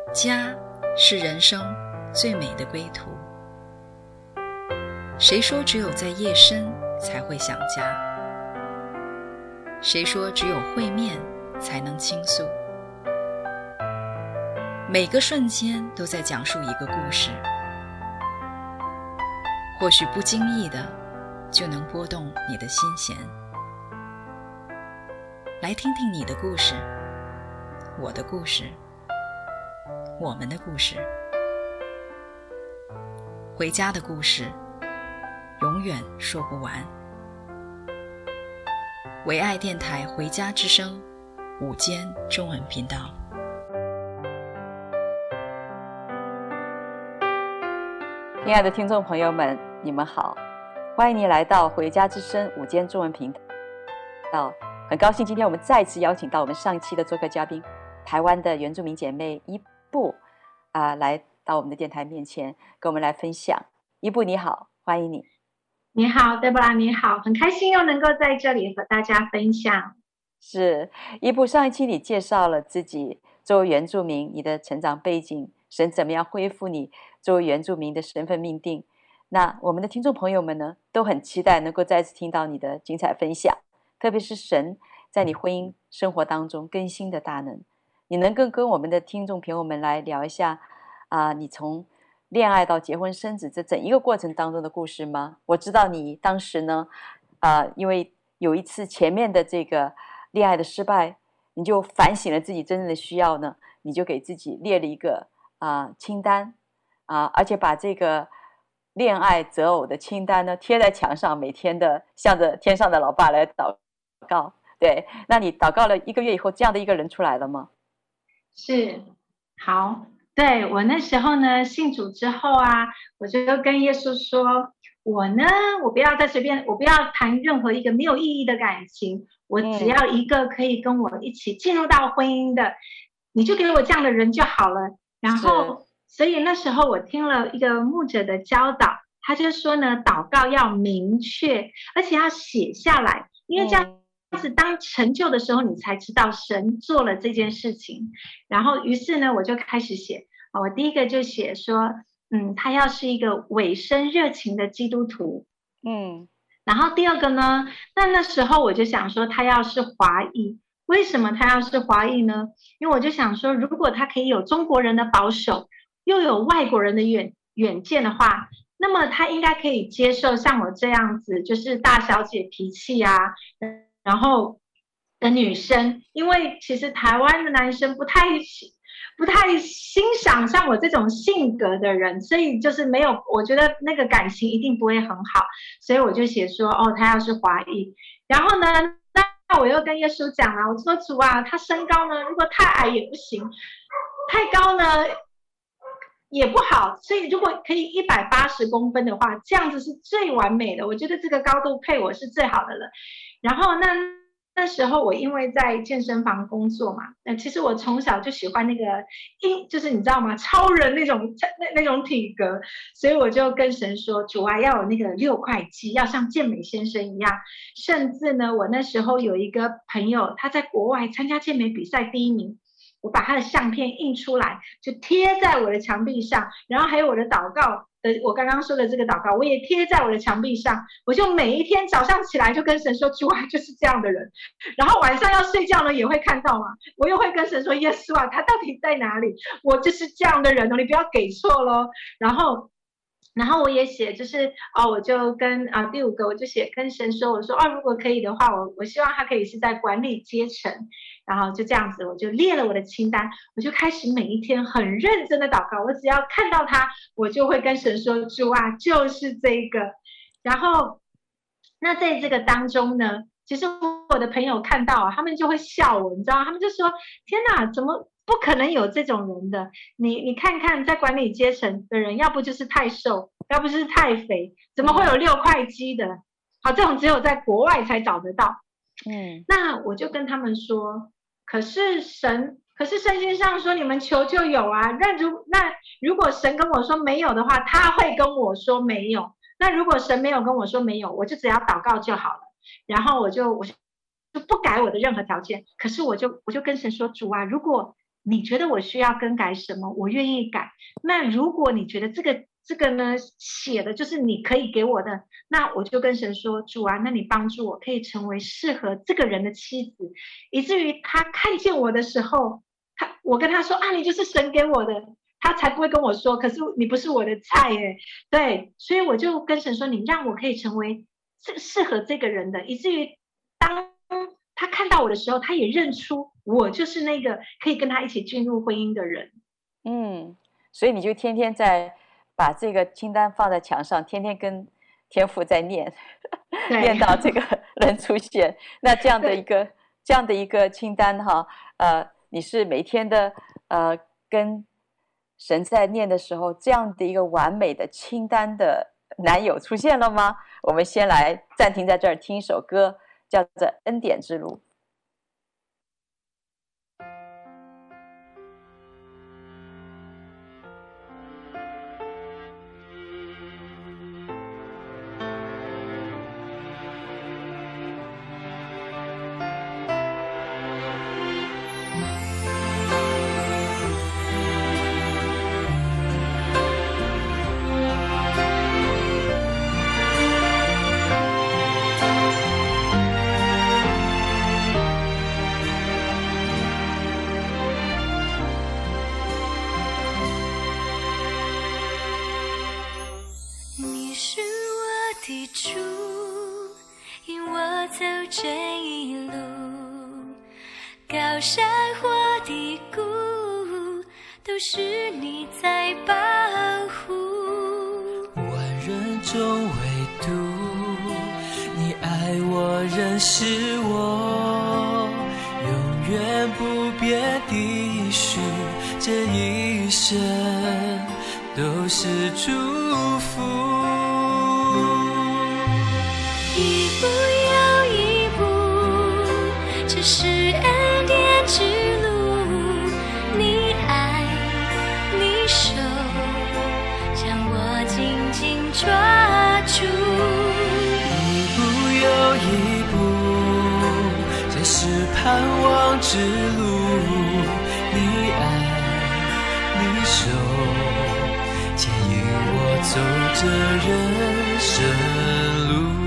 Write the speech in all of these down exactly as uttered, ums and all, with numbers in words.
家是人生最美的归途。谁说只有在夜深才会想家？谁说只有会面才能倾诉？每个瞬间都在讲述一个故事，或许不经意的就能拨动你的心弦。来听听你的故事，我的故事，我们的故事，回家的故事永远说不完。唯爱电台回家之声午间中文频道。 亲爱的听众朋友们，你们好，欢迎你来到回家之声午间中文频道。很高兴今天我们再次邀请到我们上一期的做客嘉宾，台湾的原住民姐妹伊布啊、呃，来到我们的电台面前跟我们来分享。伊布你好，欢迎你。 你好，黛博拉你好，很开心又能够在这里和大家分享。 是，伊布，上一期你介绍了自己作为原住民，你的成长背景，神怎么样恢复你作为原住民的身份命定。那我们的听众朋友们呢，都很期待能够再次听到你的精彩分享，特别是神在你婚姻生活当中更新的大能。你能够跟我们的听众朋友们来聊一下啊、呃，你从恋爱到结婚生子这整一个过程当中的故事吗？我知道你当时呢，呃，因为有一次前面的这个恋爱的失败，你就反省了自己真正的需要呢，你就给自己列了一个啊、呃、清单啊、呃，而且把这个恋爱择偶的清单呢贴在墙上，每天的向着天上的老爸来祷告。对，那你祷告了一个月以后，这样的一个人出来了吗？ 是，好。对，我那时候呢信主之后啊，我就跟耶稣说，我呢我不要再随便，我不要谈任何一个没有意义的感情，我只要一个可以跟我一起进入到婚姻的，你就给我这样的人就好了。然后所以那时候我听了一个牧者的教导，他就说呢，祷告要明确，而且要写下来，因为这样是当成就的时候，你才知道神做了这件事情。然后于是呢我就开始写，我第一个就写说嗯，他要是一个委身热情的基督徒。嗯，然后第二个呢，那那时候我就想说他要是华裔。为什么他要是华裔呢？因为我就想说，如果他可以有中国人的保守，又有外国人的远远见的话，那么他应该可以接受像我这样子就是大小姐脾气啊然后的女生。因为其实台湾的男生不太不太欣赏像我这种性格的人，所以就是没有，我觉得那个感情一定不会很好，所以我就写说哦，他要是华裔。然后呢那我又跟耶稣讲了，我说主啊，他身高呢如果太矮也不行，太高呢也不好，所以如果可以一百八十公分的话，这样子是最完美的，我觉得这个高度配我是最好的了。然后那那时候我因为在健身房工作嘛，那其实我从小就喜欢那个就是你知道吗，超人那种 那, 那种体格，所以我就跟神说，主啊，要有那个六块肌，要像健美先生一样。甚至呢我那时候有一个朋友，他在国外参加健美比赛第一名，我把他的相片印出来就贴在我的墙壁上，然后还有我的祷告的，我刚刚说的这个祷告我也贴在我的墙壁上。我就每一天早上起来就跟神说，主啊，就是这样的人。然后晚上要睡觉呢也会看到嘛，我又会跟神说，耶稣啊，他到底在哪里？我就是这样的人哦，你不要给错咯。然后然后我也写就是哦，我就跟啊第五个我就写跟神说，我说哦，如果可以的话，我我希望他可以是在管理阶层。然后就这样子我就列了我的清单，我就开始每一天很认真的祷告，我只要看到他我就会跟神说，主啊，就是这个。然后那在这个当中呢，其实我的朋友看到啊，他们就会笑我，你知道，他们就说天哪，怎么不可能有这种人的，你你看看在管理阶层的人，要不就是太瘦，要不就是太肥，怎么会有六块肌的？好，这种只有在国外才找得到。嗯，那我就跟他们说，可是神可是圣经上说你们求就有啊，那如那如果神跟我说没有的话，他会跟我说没有，那如果神没有跟我说没有，我就只要祷告就好了。然后我就我就不改我的任何条件，可是我就我就跟神说，主啊，如果你觉得我需要更改什么，我愿意改。那如果你觉得这个这个呢写的就是你可以给我的，那我就跟神说，主啊，那你帮助我可以成为适合这个人的妻子，以至于他看见我的时候，他我跟他说啊，你就是神给我的，他才不会跟我说，可是你不是我的菜耶。对，所以我就跟神说，你让我可以成为适适合这个人的，以至于当他看到我的时候，他也认出我就是那个可以跟他一起进入婚姻的人。 嗯，所以你就天天在把这个清单放在墙上，天天跟天父在念，念到这个人出现。那这样的一个这样的一个清单哈，呃，你是每天的呃跟神在念的时候，这样的一个完美的清单的男友出现了吗？我们先来暂停在这儿听一首歌，叫做《恩典之路》。 高山或低谷，都是你在保护。 万人中唯独你爱我，认识我，永远不变的应许，这一生都是祝福。 一步又一步，这是恩典之路，你爱你手将我紧紧抓住。 一步又一步，这是盼望之路，你爱你手牵引我走这人生路。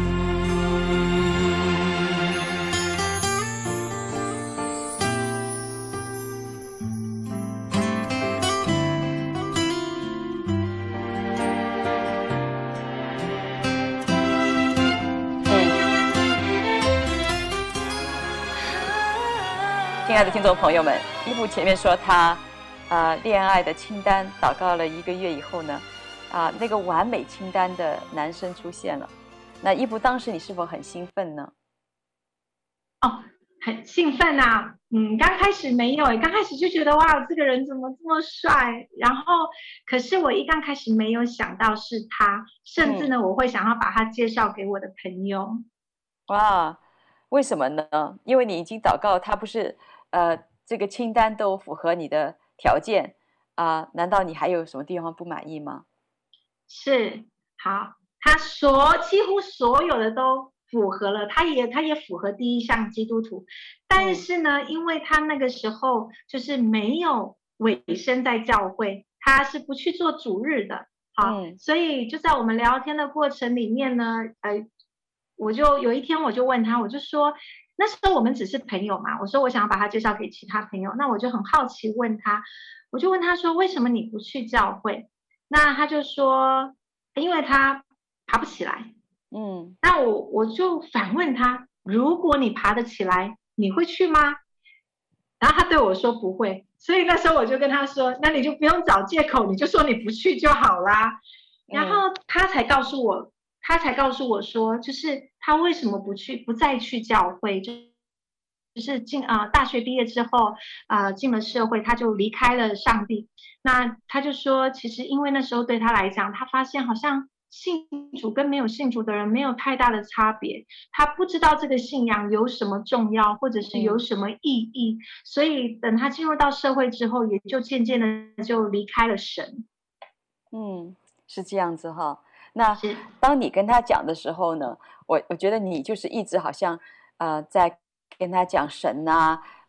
亲爱的听众朋友们，伊布前面说他，呃，恋爱的清单祷告了一个月以后呢，啊、呃，那个完美清单的男生出现了。那伊布当时你是否很兴奋呢？ 哦，很兴奋啊！嗯，刚开始没有，刚开始就觉得哇，这个人怎么这么帅？然后，可是我一刚开始没有想到是他，甚至呢，嗯、我会想要把他介绍给我的朋友。 哇，为什么呢？因为你已经祷告，他不是。呃，这个清单都符合你的条件啊、呃？难道你还有什么地方不满意吗？ 是，好，他所几乎所有的都符合了，他也他也符合第一项基督徒，但是呢，嗯、因为他那个时候就是没有委身在教会，他是不去做主日的，好，嗯、所以就在我们聊天的过程里面呢，呃，我就有一天我就问他，我就说。那时候我们只是朋友嘛，我说我想要把他介绍给其他朋友，那我就很好奇问他，我就问他说为什么你不去教会？那他就说因为他爬不起来。嗯，那我我就反问他，如果你爬得起来，你会去吗？然后他对我说不会，所以那时候我就跟他说，那你就不用找借口，你就说你不去就好啦。然后他才告诉我。他才告诉我说，就是他为什么不去，不再去教会，就就是进啊、呃、大学毕业之后啊、呃、进了社会，他就离开了上帝。那他就说，其实因为那时候对他来讲，他发现好像信主跟没有信主的人没有太大的差别，他不知道这个信仰有什么重要，或者是有什么意义，嗯、所以等他进入到社会之后，也就渐渐的就离开了神。 嗯，是这样子哈。那当你跟他讲的时候呢，我我觉得你就是一直好像呃在跟他讲神啊，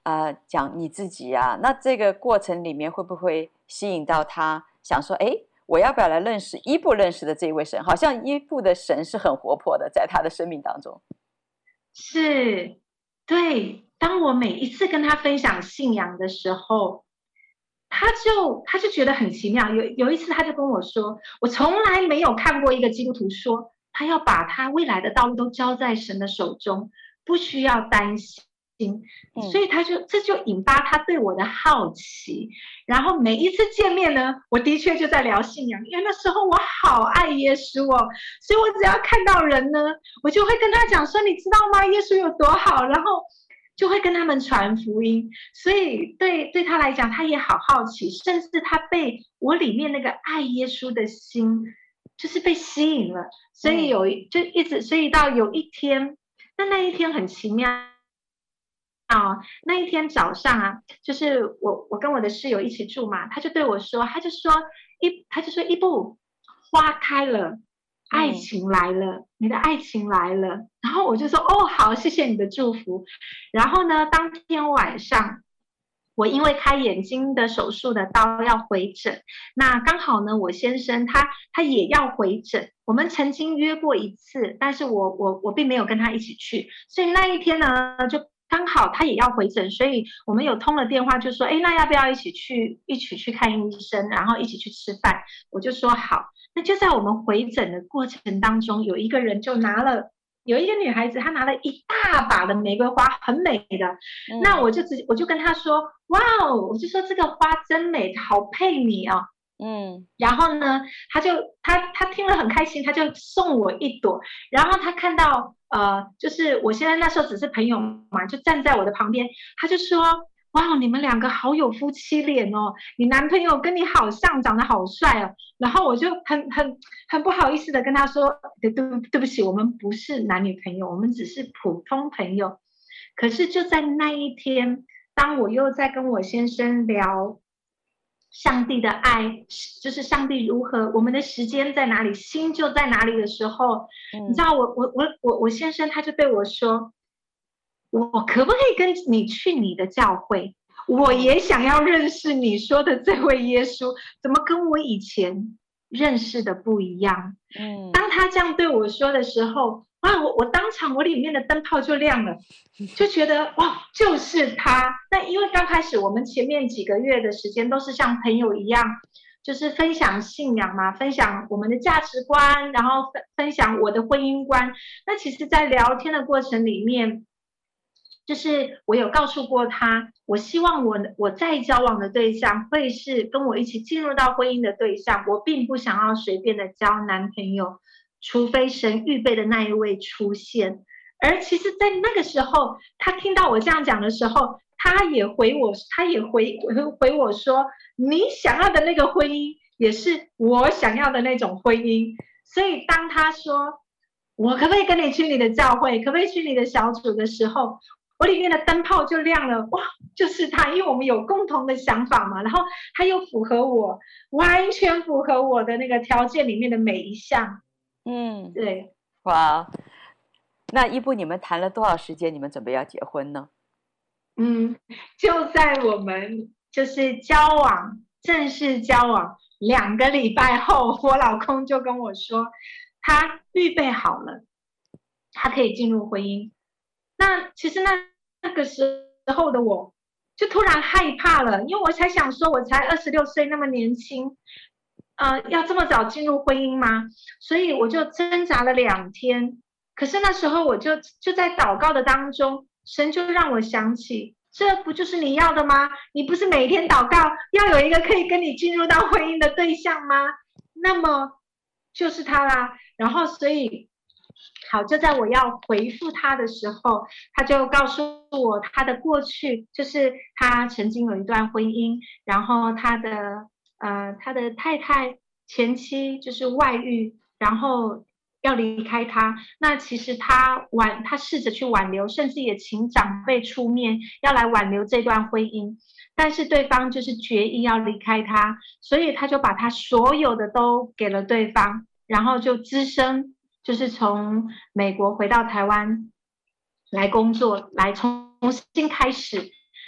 呃讲你自己啊，那这个过程里面会不会吸引到他想说，哎，我要不要来认识伊布认识的这一位神？好像伊布的神是很活泼的，在他的生命当中。 是，对。当我每一次跟他分享信仰的时候，他就他就觉得很奇妙。有有一次他就跟我说，我从来没有看过一个基督徒说他要把他未来的道路都交在神的手中，不需要担心。所以他就这就引发他对我的好奇，然后每一次见面呢，我的确就在聊信仰，因为那时候我好爱耶稣哦，所以我只要看到人呢，我就会跟他讲说，你知道吗？耶稣有多好，然后就会跟他们传福音。所以对对他来讲，他也好好奇，甚至他被我里面那个爱耶稣的心就是被吸引了，所以有就一直，所以到有一天，那那一天很奇妙。哦，那一天早上啊，就是我我跟我的室友一起住嘛，他就对我说，他就说一他就说伊布，花开了，爱情来了，嗯，你的爱情来了。然后我就说哦好，谢谢你的祝福。然后呢，当天晚上我因为开眼睛的手术的刀要回诊，那刚好呢我先生他他也要回诊，我们曾经约过一次，但是我我我并没有跟他一起去，所以那一天呢就刚好他也要回诊，所以我们有通了电话，就说，哎，那要不要一起去一起去看医生，然后一起去吃饭？我就说好。那就在我们回诊的过程当中，有一个人就拿了，有一个女孩子，她拿了一大把的玫瑰花，很美的。嗯、那我就直我就跟她说，哇哦，我就说这个花真美，好配你哦。嗯，然后呢，他就他他听了很开心，他就送我一朵。然后他看到呃，就是我现在那时候只是朋友嘛，就站在我的旁边，他就说：“哇，你们两个好有夫妻脸哦，你男朋友跟你好像，长得好帅哦。”然后我就很很很不好意思的跟他说：“对对对不起，我们不是男女朋友，我们只是普通朋友。”可是就在那一天，当我又在跟我先生聊上帝的爱，就是上帝如何，我们的时间在哪里，心就在哪里的时候，嗯、你知道我我我我我先生他就对我说，我可不可以跟你去你的教会？我也想要认识你说的这位耶稣，怎么跟我以前认识的不一样？嗯，当他这样对我说的时候，哇，我我当场我里面的灯泡就亮了，就觉得哇，就是他。那因为刚开始我们前面几个月的时间都是像朋友一样，就是分享信仰嘛，分享我们的价值观，然后分分享我的婚姻观。那其实在聊天的过程里面，就是我有告诉过他，我希望我我在交往的对象会是跟我一起进入到婚姻的对象，我并不想要随便的交男朋友，除非神预备的那一位出现。而其实在那个时候，他听到我这样讲的时候，他也回我他也回回我说，你想要的那个婚姻也是我想要的那种婚姻。所以当他说我可不可以跟你去你的教会，可不可以去你的小组的时候，我里面的灯泡就亮了，哇，就是他，因为我们有共同的想法嘛，然后他又符合我，完全符合我的那个条件里面的每一项。嗯，对， 哇，那伊布你们谈了多少时间？你们准备要结婚呢？ 嗯，就在我们就是交往正式交往两个礼拜后，我老公就跟我说，他预备好了，他可以进入婚姻。那其实那那个时候的我就突然害怕了，因为我才想说，我才二十六岁，那么年轻。呃，要这么早进入婚姻吗？所以我就挣扎了两天。可是那时候我就就在祷告的当中，神就让我想起，这不就是你要的吗？你不是每天祷告要有一个可以跟你进入到婚姻的对象吗？那么就是他啦。然后所以好，就在我要回复他的时候，他就告诉我他的过去，就是他曾经有一段婚姻，然后他的呃，他的太太前妻就是外遇，然后要离开他。那其实他挽，他试着去挽留，甚至也请长辈出面要来挽留这段婚姻，但是对方就是决意要离开他，所以他就把他所有的都给了对方，然后就只身就是从美国回到台湾来工作，来重新开始。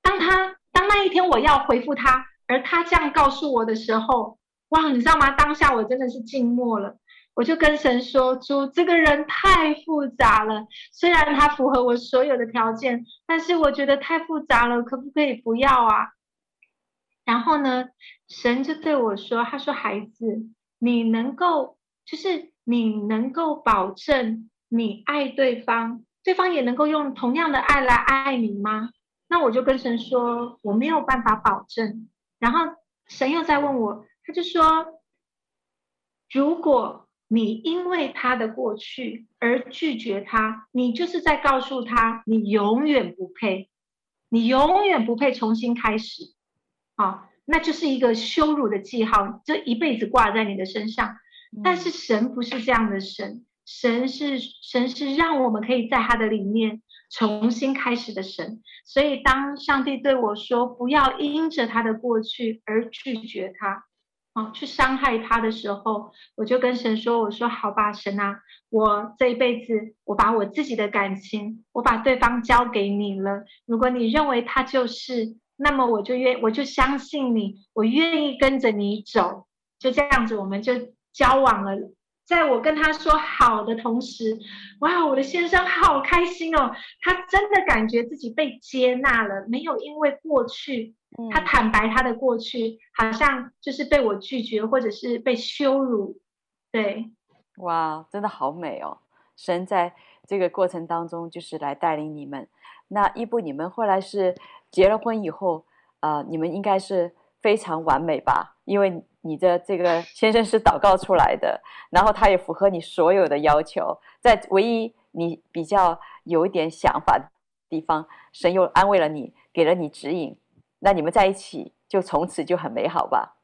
当他当那一天我要回复他，而他这样告诉我的时候，哇，你知道吗？当下我真的是静默了。我就跟神说，主，这个人太复杂了，虽然他符合我所有的条件，但是我觉得太复杂了，可不可以不要啊？然后呢，神就对我说，他说，孩子，你能够就是你能够保证你爱对方，对方也能够用同样的爱来爱你吗？那我就跟神说，我没有办法保证。然后神又在问我，他就说，如果你因为他的过去而拒绝他，你就是在告诉他，你永远不配，你永远不配重新开始。好，那就是一个羞辱的记号，这一辈子挂在你的身上。但是神不是这样的神，神是神是让我们可以在他的里面重新开始的神。所以当上帝对我说不要因着他的过去而拒绝他，哦，去伤害他的时候，我就跟神说，我说好吧，神啊，我这一辈子我把我自己的感情，我把对方交给你了，如果你认为他就是，那么我就愿我就相信你，我愿意跟着你走。就这样子我们就交往了。在我跟他说好的同时，哇，我的先生好开心哦，他真的感觉自己被接纳了，没有因为过去他坦白他的过去，好像就是被我拒绝或者是被羞辱。对， 哇，真的好美哦！神在这个过程当中就是来带领你们。那伊布，你们后来是结了婚以后，呃，你们应该是非常完美吧？因为你的这个先生是祷告出来的，然后他也符合你所有的要求，在唯一你比较有一点想法的地方，神又安慰了你，给了你指引，那你们在一起就从此就很美好吧？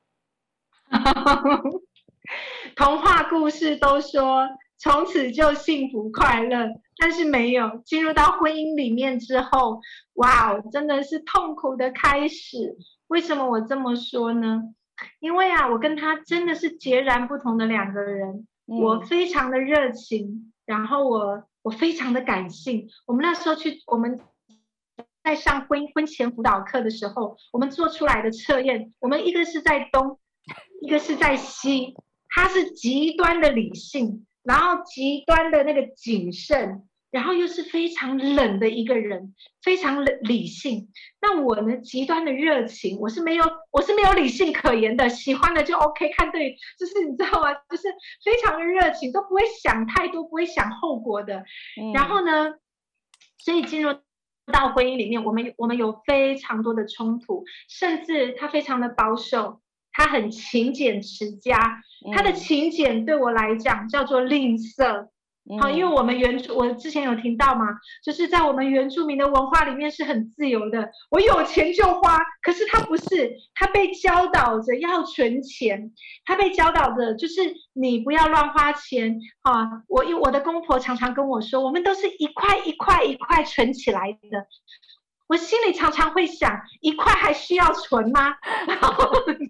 童话故事都说从此就幸福快乐，但是没有，进入到婚姻里面之后，哇，真的是痛苦的开始。为什么我这么说呢？因为啊，我跟他真的是截然不同的两个人。嗯、我非常的热情，然后我我非常的感性。我们那时候去我们在上婚婚前辅导课的时候，我们做出来的测验，我们一个是在东，一个是在西。他是极端的理性，然后极端的那个谨慎，然后又是非常冷的一个人，非常理性。那我呢，极端的热情，我是没有，我是没有理性可言的，喜欢的就 OK， 看对，就是你知道吗？就是非常的热情，都不会想太多，不会想后果的。嗯、然后呢，所以进入到婚姻里面，我们我们有非常多的冲突，甚至他非常的保守。他很勤俭持家，他的勤俭对我来讲叫做吝啬。好、嗯，因为我们原住，我之前有听到嘛，就是在我们原住民的文化里面是很自由的，我有钱就花。可是他不是，他被教导着要存钱，他被教导着就是你不要乱花钱啊。我因为我的公婆常常跟我说，我们都是一块一块一块存起来的。我心里常常会想，一块还需要存吗？然后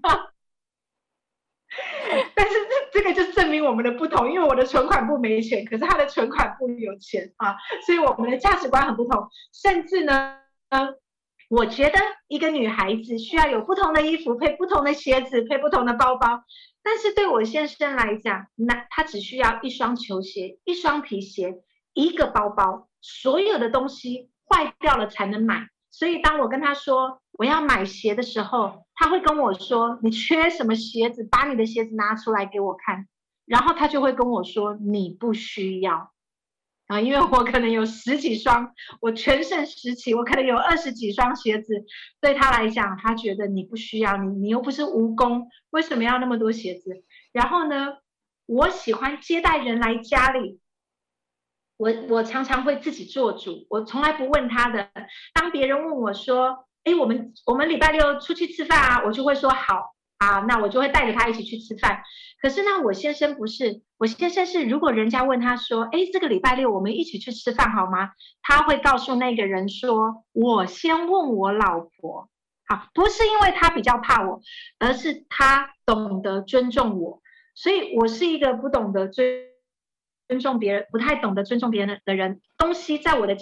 但是这这个就证明我们的不同，因为我的存款部没钱，可是他的存款部有钱啊，所以我们的价值观很不同。甚至呢，我觉得一个女孩子需要有不同的衣服，配不同的鞋子，配不同的包包。但是对我先生来讲，那他只需要一双球鞋，一双皮鞋，一个包包，所有的东西坏掉了才能买。所以当我跟他说我要买鞋的时候，他会跟我说你缺什么鞋子，把你的鞋子拿出来给我看。然后他就会跟我说你不需要啊，因为我可能有十几双，我全盛时期我可能有二十几双鞋子，对他来讲他觉得你不需要，你你又不是蜈蚣，为什么要那么多鞋子？然后呢，我喜欢接待人来家里，我我常常会自己做主，我从来不问他的。当别人问我说哎，我们我们礼拜六出去吃饭啊，我就会说好啊，那我就会带着他一起去吃饭。可是呢，我先生不是，我先生是如果人家问他说哎，这个礼拜六我们一起去吃饭好吗？他会告诉那个人说我先问我老婆。好，不是因为他比较怕我，而是他懂得尊重我。所以我是一个不懂得尊尊重别人，不太懂得尊重别人的人，东西在我的家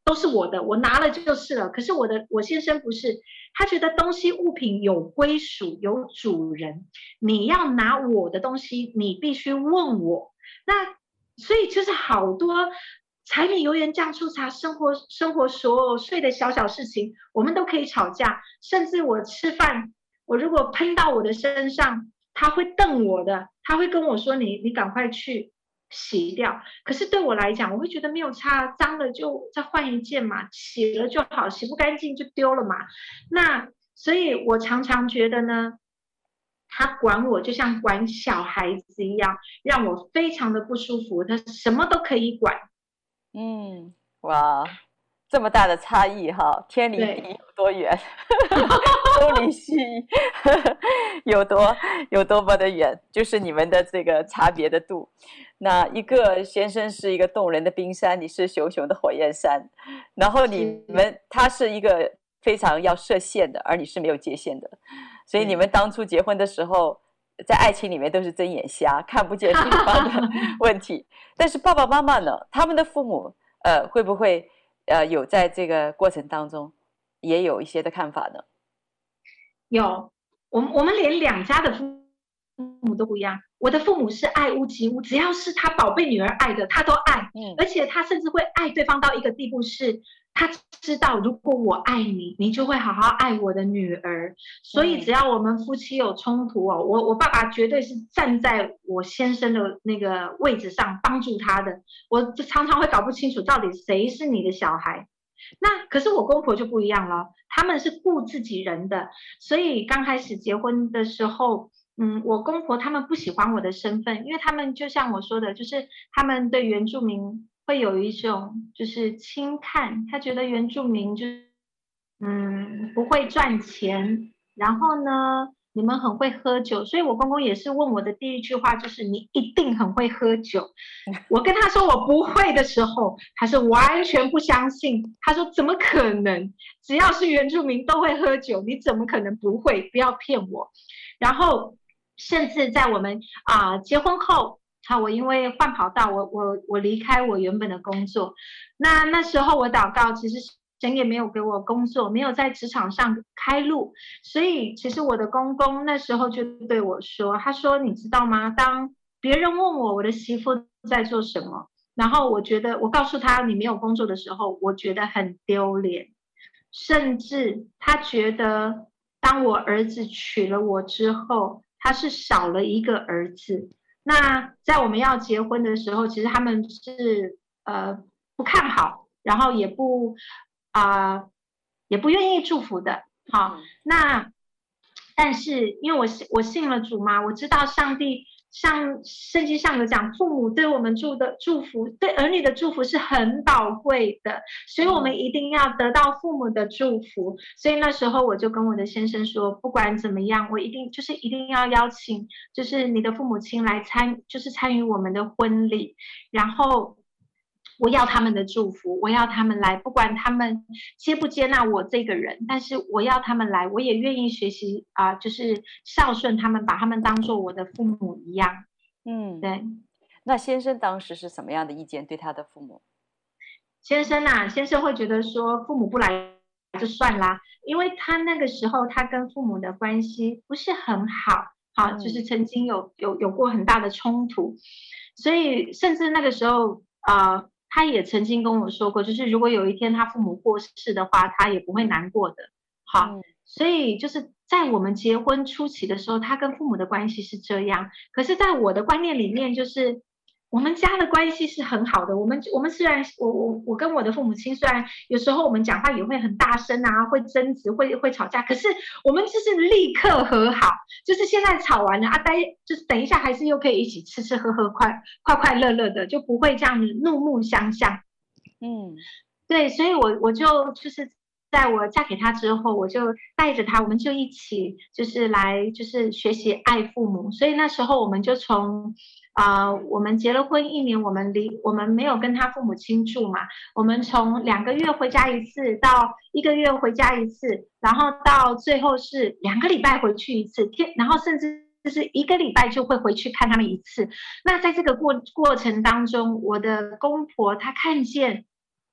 都是我的，我拿了就是了。可是我的我先生不是，他觉得东西物品有归属有主人，你要拿我的东西，你必须问我。那所以就是好多柴米油盐酱醋茶，生活生活琐碎的小小事情，我们都可以吵架。甚至我吃饭，我如果喷到我的身上，他会瞪我的，他会跟我说你你赶快去洗掉。可是对我来讲，我会觉得没有差，脏了就再换一件嘛，洗了就好，洗不干净就丢了嘛。那所以我常常觉得呢，他管我就像管小孩子一样，让我非常的不舒服。他什么都可以管。 嗯，哇，这么大的差异哈，天离地有多远，东离西有多有多么的远，就是你们的这个差别的度。那一个先生是一个动人的冰山，你是熊熊的火焰山，然后你们他是一个非常要设限的，而你是没有界限的，所以你们当初结婚的时候，在爱情里面都是睁眼瞎，看不见对方的问题。但是爸爸妈妈呢，他们的父母呃会不会呃有在这个过程当中也有一些的看法呢？ 有，我们我们连两家的父母都不一样。我的父母是爱屋及乌，只要是他宝贝女儿爱的，他都爱，嗯，而且他甚至会爱对方到一个地步是，他知道如果我爱你，你就会好好爱我的女儿。所以只要我们夫妻有冲突哦，我我爸爸绝对是站在我先生的那个位置上帮助他的。我常常会搞不清楚到底谁是你的小孩。那可是我公婆就不一样了，他们是顾自己人的，所以刚开始结婚的时候，嗯，我公婆他们不喜欢我的身份，因为他们就像我说的，就是他们对原住民会有一种就是轻看，他觉得原住民就是嗯不会赚钱，然后呢你们很会喝酒，所以我公公也是问我的第一句话就是你一定很会喝酒。我跟他说我不会的时候，他是完全不相信，他说怎么可能，只要是原住民都会喝酒，你怎么可能不会，不要骗我。然后甚至在我们啊、呃、结婚后，好，我因为换跑道，我我我离开我原本的工作，那那时候我祷告，其实神也没有给我工作，没有在职场上开路，所以其实我的公公那时候就对我说，他说你知道吗，当别人问我我的媳妇在做什么，然后我觉得我告诉他你没有工作的时候，我觉得很丢脸，甚至他觉得当我儿子娶了我之后，他是少了一个儿子。那在我们要结婚的时候，其实他们是呃不看好，然后也不啊、呃、也不愿意祝福的。好，那但是因为我我信了主嘛，我知道上帝像圣经上有讲，父母对我们祝的祝福，对儿女的祝福是很宝贵的，所以我们一定要得到父母的祝福。所以那时候我就跟我的先生说，不管怎么样，我一定就是一定要邀请，就是你的父母亲来参，就是参与我们的婚礼，然后我要他们的祝福，我要他们来，不管他们接不接纳我这个人，但是我要他们来，我也愿意学习啊、呃，就是孝顺他们，把他们当做我的父母一样。 嗯， 对。 那先生当时是什么样的意见对他的父母？ 先生啊，先生会觉得说父母不来就算啦，因为他那个时候他跟父母的关系不是很好，好，就是曾经有有有过很大的冲突，所以甚至那个时候啊。呃他也曾经跟我说过，就是如果有一天他父母过世的话，他也不会难过的。好，嗯、所以就是在我们结婚初期的时候，他跟父母的关系是这样。可是在我的观念里面，就是我们家的关系是很好的。我们我们虽然我我我跟我的父母亲虽然有时候我们讲话也会很大声啊，会争执，会会吵架，可是我们就是立刻和好，就是现在吵完了啊，待就是等一下还是又可以一起吃吃喝喝，快快快乐乐的，就不会这样怒目相向。嗯，对，所以我我就就是在我嫁给他之后，我就带着他，我们就一起就是来就是学习爱父母。所以那时候我们就从啊、呃，我们结了婚一年，我们离我们没有跟他父母亲住嘛，我们从两个月回家一次到一个月回家一次，然后到最后是两个礼拜回去一次，天，然后甚至就是一个礼拜就会回去看他们一次。那在这个过过程当中，我的公婆他看见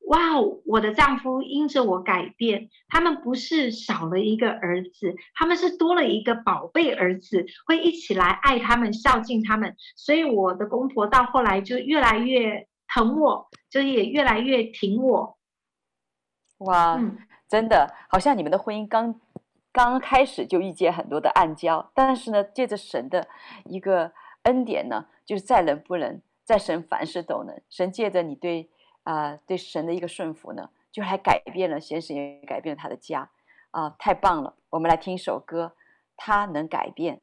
哇，我的丈夫因着我改变，他们不是少了一个儿子，他们是多了一个宝贝儿子，会一起来爱他们，孝敬他们。所以我的公婆到后来就越来越疼我，就也越来越挺我。 哇，嗯、真的好像你们的婚姻刚刚开始就遇见很多的暗礁，但是呢，借着神的一个恩典呢，就是在人不能，在神凡事都能。神借着你对啊、呃、对神的一个顺服呢，就还改变了先生，也改变了他的家啊、呃，太棒了！我们来听一首歌，他能改变。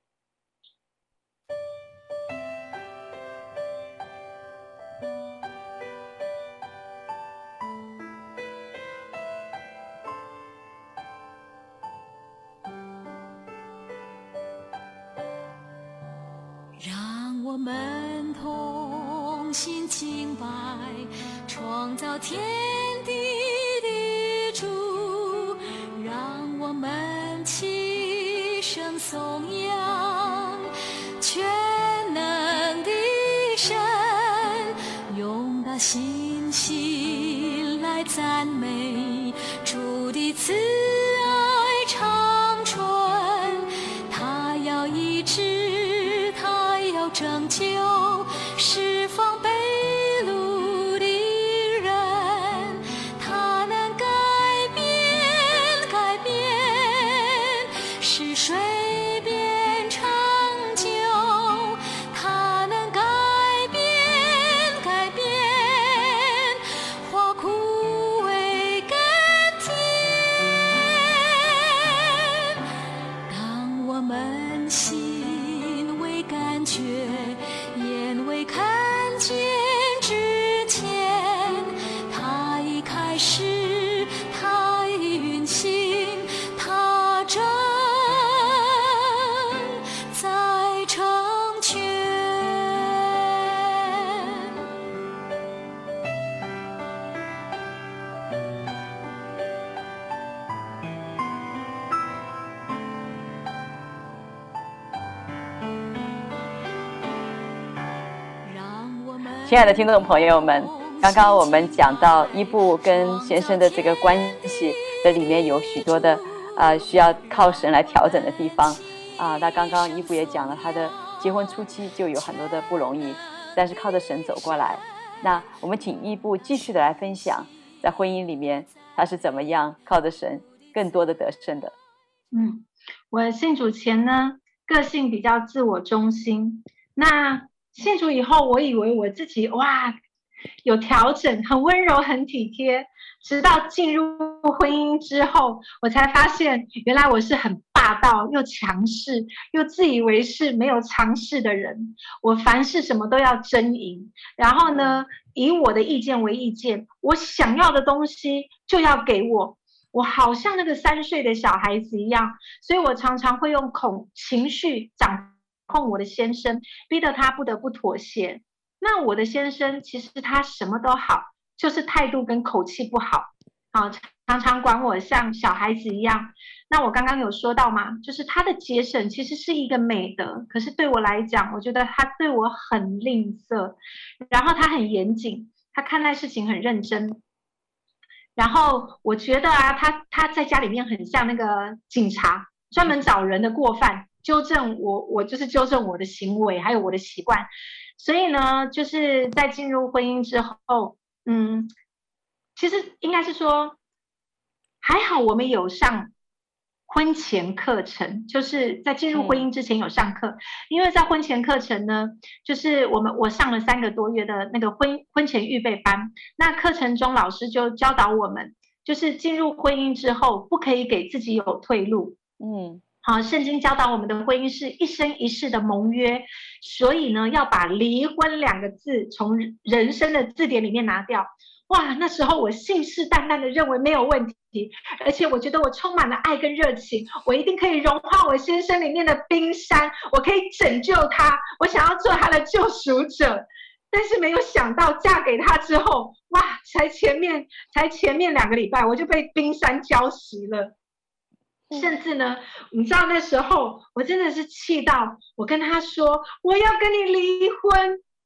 让我们同心敬拜创造天地的主，让我们齐声颂扬全能的神，用把信心来赞美主的慈爱长存，他要医治，他要拯救，释放被掳的人，他能改变，改变使水变成酒，他能改变，改变化枯为甘甜。当我们心未感觉，眼未看见之前，他已开始，他已运行，他正在成全。 亲爱的听众朋友们，刚刚我们讲到伊布跟先生的这个关系的里面有许多的呃需要靠神来调整的地方啊、呃。那刚刚伊布也讲了他的结婚初期就有很多的不容易，但是靠着神走过来。那我们请伊布继续的来分享在婚姻里面他是怎么样靠着神更多的得胜的。 嗯，我信主前呢，个性比较自我中心，那信主以后，我以为我自己哇有调整，很温柔，很体贴。直到进入婚姻之后，我才发现原来我是很霸道又强势又自以为是没有常识的人。我凡事什么都要争赢，然后呢，以我的意见为意见，我想要的东西就要给我。我好像那个三岁的小孩子一样，所以我常常会用恐情绪掌控我的先生，逼得他不得不妥协。那我的先生其实他什么都好，就是态度跟口气不好，啊，常常管我像小孩子一样。那我刚刚有说到嘛，就是他的节省其实是一个美德，可是对我来讲，我觉得他对我很吝啬，然后他很严谨，他看待事情很认真。然后我觉得啊，他他在家里面很像那个警察，专门找人的过犯，纠正我，我就是纠正我的行为，还有我的习惯。所以呢，就是在进入婚姻之后，嗯，其实应该是说，还好我们有上婚前课程，就是在进入婚姻之前有上课，嗯、因为在婚前课程呢，就是我们我上了三个多月的那个婚婚前预备班，那课程中老师就教导我们，就是进入婚姻之后不可以给自己有退路，嗯。好，圣经教导我们的婚姻是一生一世的盟约，所以呢，要把离婚两个字从人生的字典里面拿掉。哇，那时候我信誓旦旦的认为没有问题，而且我觉得我充满了爱跟热情，我一定可以融化我先生里面的冰山，我可以拯救他，我想要做他的救赎者。但是没有想到嫁给他之后，哇，才前面才前面两个礼拜我就被冰山浇熄了。甚至呢，你知道那时候我真的是气到，我跟他说我要跟你离婚，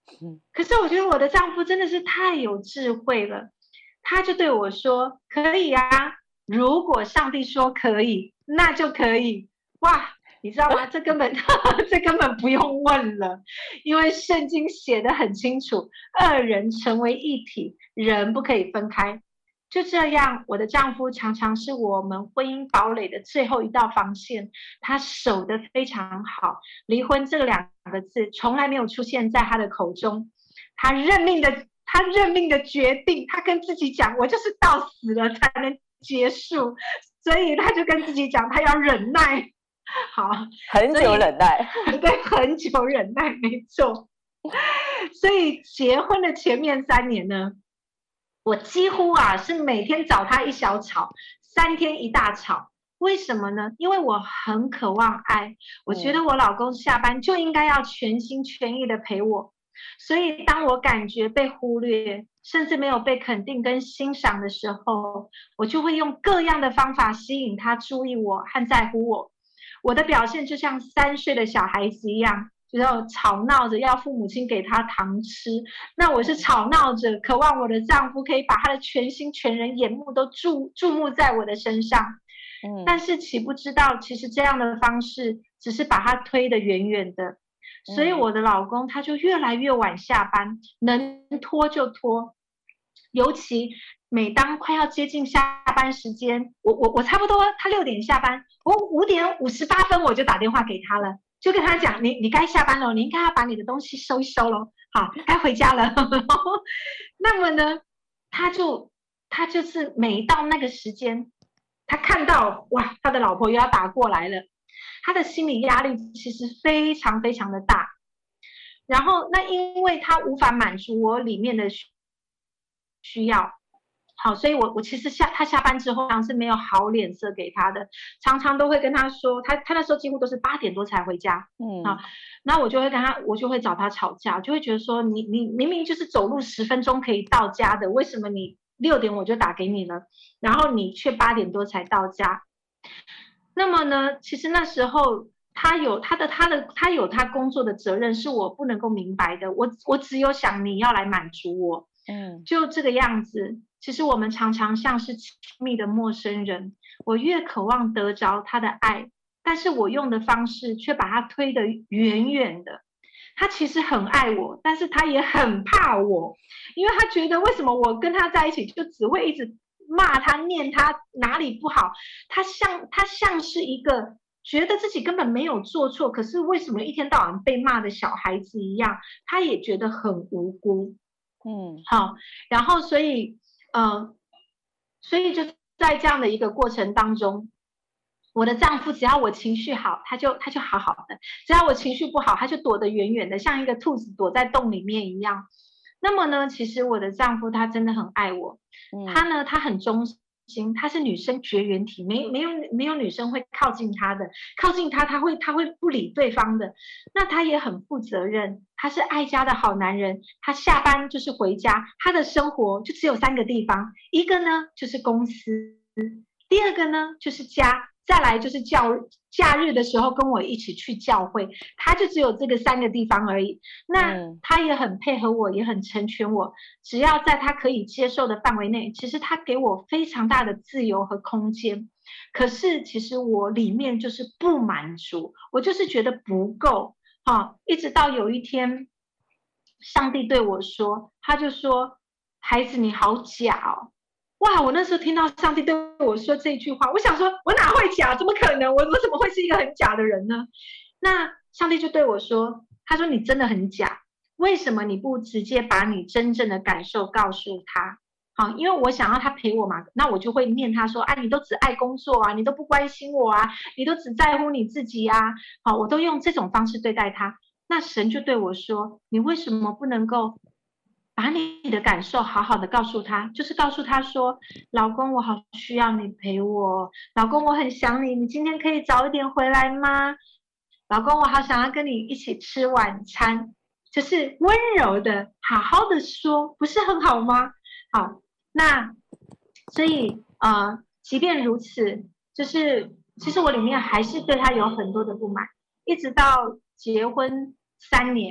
可是我觉得我的丈夫真的是太有智慧了，他就对我说：“可以啊，如果上帝说可以，那就可以。”哇！你知道吗？这根本这根本不用问了，因为圣经写得很清楚，二人成为一体，人不可以分开。就这样，我的丈夫常常是我们婚姻堡垒的最后一道防线，他守得非常好。离婚这两个字从来没有出现在他的口中，他认命的，他认命的决定，他跟自己讲，我就是到死了才能结束，所以他就跟自己讲，他要忍耐。好， 很久忍耐， 对，很久忍耐，没错。所以结婚的前面三年呢，我几乎啊是每天找他一小吵，三天一大吵。为什么呢？因为我很渴望爱，我觉得我老公下班就应该要全心全意的陪我。所以当我感觉被忽略，甚至没有被肯定跟欣赏的时候，我就会用各样的方法吸引他注意我和在乎我。我的表现就像三岁的小孩子一样，就是吵闹着要父母亲给他糖吃，那我是吵闹着渴望我的丈夫可以把他的全心全人眼目都注注目在我的身上。嗯，但是岂不知道其实这样的方式只是把他推得远远的，所以我的老公他就越来越晚下班，能拖就拖。尤其每当快要接近下班时间，我我我差不多他六点下班，我五点五十八分我就打电话给他了，就跟他讲，你你该下班了，你应该要把你的东西收一收了，好，该回家了。那么呢，他就他就是每到那个时间，他看到哇，他的老婆又要打过来了，他的心理压力其实非常非常的大。然后那因为他无法满足我里面的需要，好，所以我我其实下他下班之后，是没有好脸色给他的，常常都会跟他说，他他那时候几乎都是八点多才回家，嗯啊，那我就会跟他，我就会找他吵架，就会觉得说，你你明明就是走路十分钟可以到家的，为什么你六点我就打给你了，然后你却八点多才到家？那么呢，其实那时候他有他的他的他有他工作的责任，是我不能够明白的，我我只有想你要来满足我。嗯，就这个样子。其实我们常常像是亲密的陌生人，我越渴望得着他的爱，但是我用的方式却把他推得远远的。他其实很爱我，但是他也很怕我，因为他觉得为什么我跟他在一起就只会一直骂他念他哪里不好，他像他像是一个觉得自己根本没有做错，可是为什么一天到晚被骂的小孩子一样，他也觉得很无辜。嗯，好，然后所以，呃，所以就在这样的一个过程当中，我的丈夫只要我情绪好，他就他就好好的；只要我情绪不好，他就躲得远远的，像一个兔子躲在洞里面一样。那么呢，其实我的丈夫他真的很爱我，嗯、他呢他很忠心。他是女生绝缘体，没没有没有女生会靠近他的，靠近他他会他会不理对方的。那他也很负责任，他是爱家的好男人。他下班就是回家，他的生活就只有三个地方，一个呢就是公司，第二个呢就是家，再来就是教假日的时候跟我一起去教会，他就只有这个三个地方而已。那他也很配合我，也很成全我，只要在他可以接受的范围内，其实他给我非常大的自由和空间。可是其实我里面就是不满足，我就是觉得不够。好，一直到有一天，上帝对我说，他就说：“孩子，你好假哦。”哇！我那时候听到上帝对我说这句话，我想说，我哪会假？怎么可能？我我怎么会是一个很假的人呢？那上帝就对我说，他说你真的很假，为什么你不直接把你真正的感受告诉他？好，因为我想要他陪我嘛，那我就会念他说，啊，你都只爱工作啊，你都不关心我啊，你都只在乎你自己啊，好，我都用这种方式对待他。那神就对我说，你为什么不能够把你的感受好好的告诉他，就是告诉他说，老公我好需要你陪我，老公我很想你，你今天可以早一点回来吗？老公我好想要跟你一起吃晚餐，就是温柔的好好的说，不是很好吗？好，那所以呃，即便如此，就是其实我里面还是对他有很多的不满，一直到结婚三年，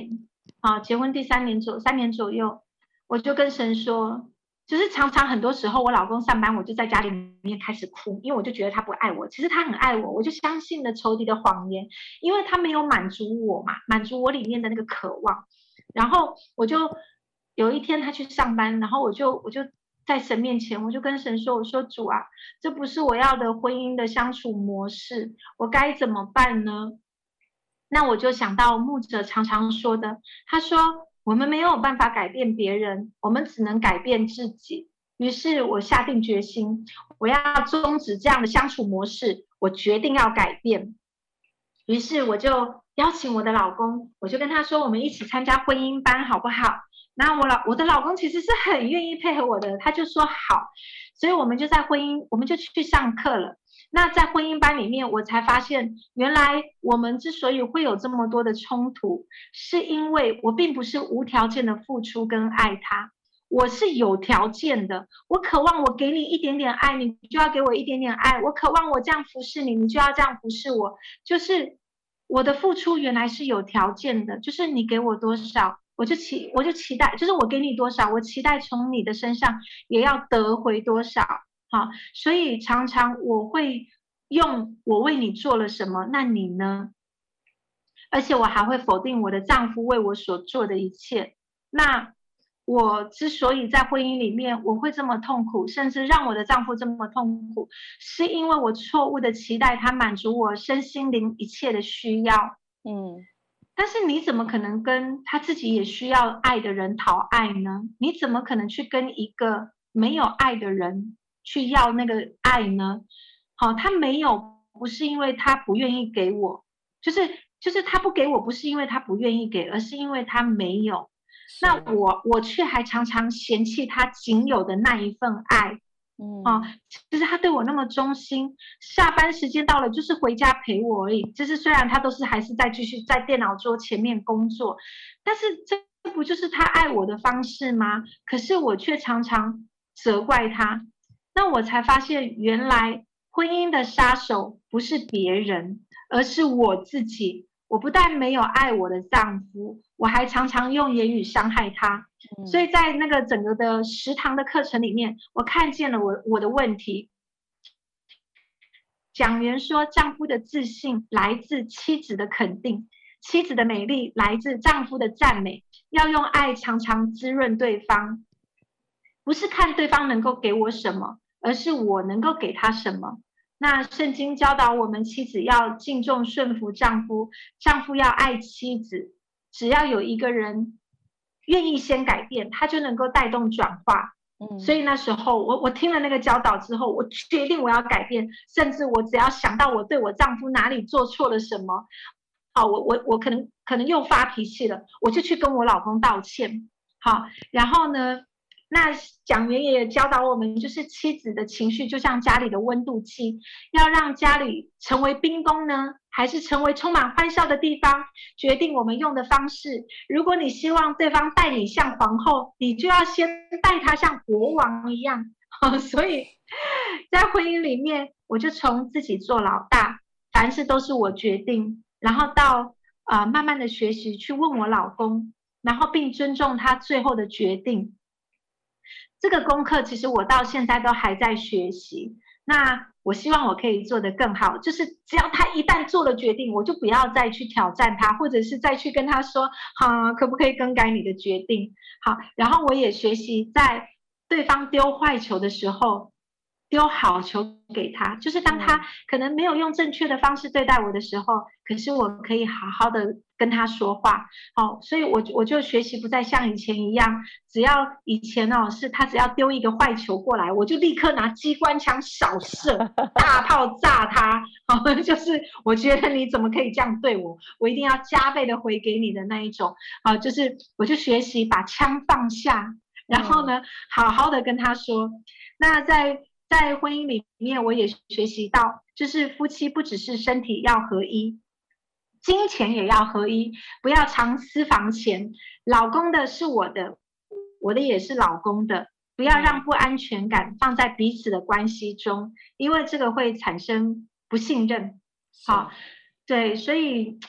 啊，结婚第三年左三年左右，我就跟神说，就是常常很多时候我老公上班，我就在家里面开始哭，因为我就觉得他不爱我，其实他很爱我，我就相信了仇敌的谎言，因为他没有满足我嘛，满足我里面的那个渴望。然后我就有一天他去上班，然后我就我就在神面前，我就跟神说，我说主啊，这不是我要的婚姻的相处模式，我该怎么办呢？那我就想到牧者常常说的，他说我们没有办法改变别人，我们只能改变自己。于是我下定决心，我要终止这样的相处模式，我决定要改变。于是我就邀请我的老公，我就跟他说，我们一起参加婚姻班好不好？那我老我的老公其实是很愿意配合我的，他就说好。所以我们就在婚姻，我们就去上课了。那在婚姻班里面，我才发现原来我们之所以会有这么多的冲突，是因为我并不是无条件的付出跟爱他，我是有条件的。我渴望我给你一点点爱，你就要给我一点点爱。我渴望我这样服侍你，你就要这样服侍我。就是我的付出原来是有条件的，就是你给我多少，我就期我就期待，就是我给你多少，我期待从你的身上也要得回多少。好，所以常常我会用我为你做了什么，那你呢？而且我还会否定我的丈夫为我所做的一切。那我之所以在婚姻里面我会这么痛苦，甚至让我的丈夫这么痛苦，是因为我错误的期待他满足我身心灵一切的需要。嗯，但是你怎么可能跟他自己也需要爱的人讨爱呢？你怎么可能去跟一个没有爱的人去要那个爱呢？好，他没有，不是因为他不愿意给我，就是就是他不给我，不是因为他不愿意给，而是因为他没有。那我我却还常常嫌弃他仅有的那一份爱。嗯，啊，就是他对我那么忠心，下班时间到了就是回家陪我而已。就是虽然他都是还是在继续在电脑桌前面工作，但是这不就是他爱我的方式吗？可是我却常常责怪他。那我才发现，原来婚姻的杀手不是别人，而是我自己。我不但没有爱我的丈夫，我还常常用言语伤害他。嗯，所以在那个整个的十堂的课程里面，我看见了我我的问题。讲员说，丈夫的自信来自妻子的肯定，妻子的美丽来自丈夫的赞美，要用爱常常滋润对方，不是看对方能够给我什么，而是我能够给他什么。那圣经教导我们，妻子要敬重顺服丈夫，丈夫要爱妻子。只要有一个人愿意先改变，他就能够带动转化。嗯，所以那时候我我听了那个教导之后，我决定我要改变，甚至我只要想到我对我丈夫哪里做错了什么，好，我我我可能可能又发脾气了，我就去跟我老公道歉。好，然后呢，那讲员也教导我们，就是妻子的情绪就像家里的温度计，要让家里成为冰宫呢，还是成为充满欢笑的地方，决定我们用的方式。如果你希望对方待你像皇后，你就要先待他像国王一样。所以在婚姻里面，我就从自己做老大，凡事都是我决定，然后到呃慢慢的学习去问我老公，然后并尊重他最后的决定。这个功课其实我到现在都还在学习，那我希望我可以做得更好，就是只要他一旦做了决定，我就不要再去挑战他，或者是再去跟他说啊，可不可以更改你的决定。好，然后我也学习在对方丢坏球的时候丢好球给他，就是当他可能没有用正确的方式对待我的时候，可是我可以好好的跟他说话。好，所以我我就学习不再像以前一样，只要以前哦是他只要丢一个坏球过来，我就立刻拿机关枪扫射，大炮炸他。好，就是我觉得你怎么可以这样对我，我一定要加倍的回给你的那一种。好，就是我就学习把枪放下，然后呢，好好的跟他说。那在在婚姻里面，我也学习到，就是夫妻不只是身体要合一，金钱也要合一，不要藏私房钱。老公的是我的，我的也是老公的，不要让不安全感放在彼此的关系中，因为这个会产生不信任。好，对，所以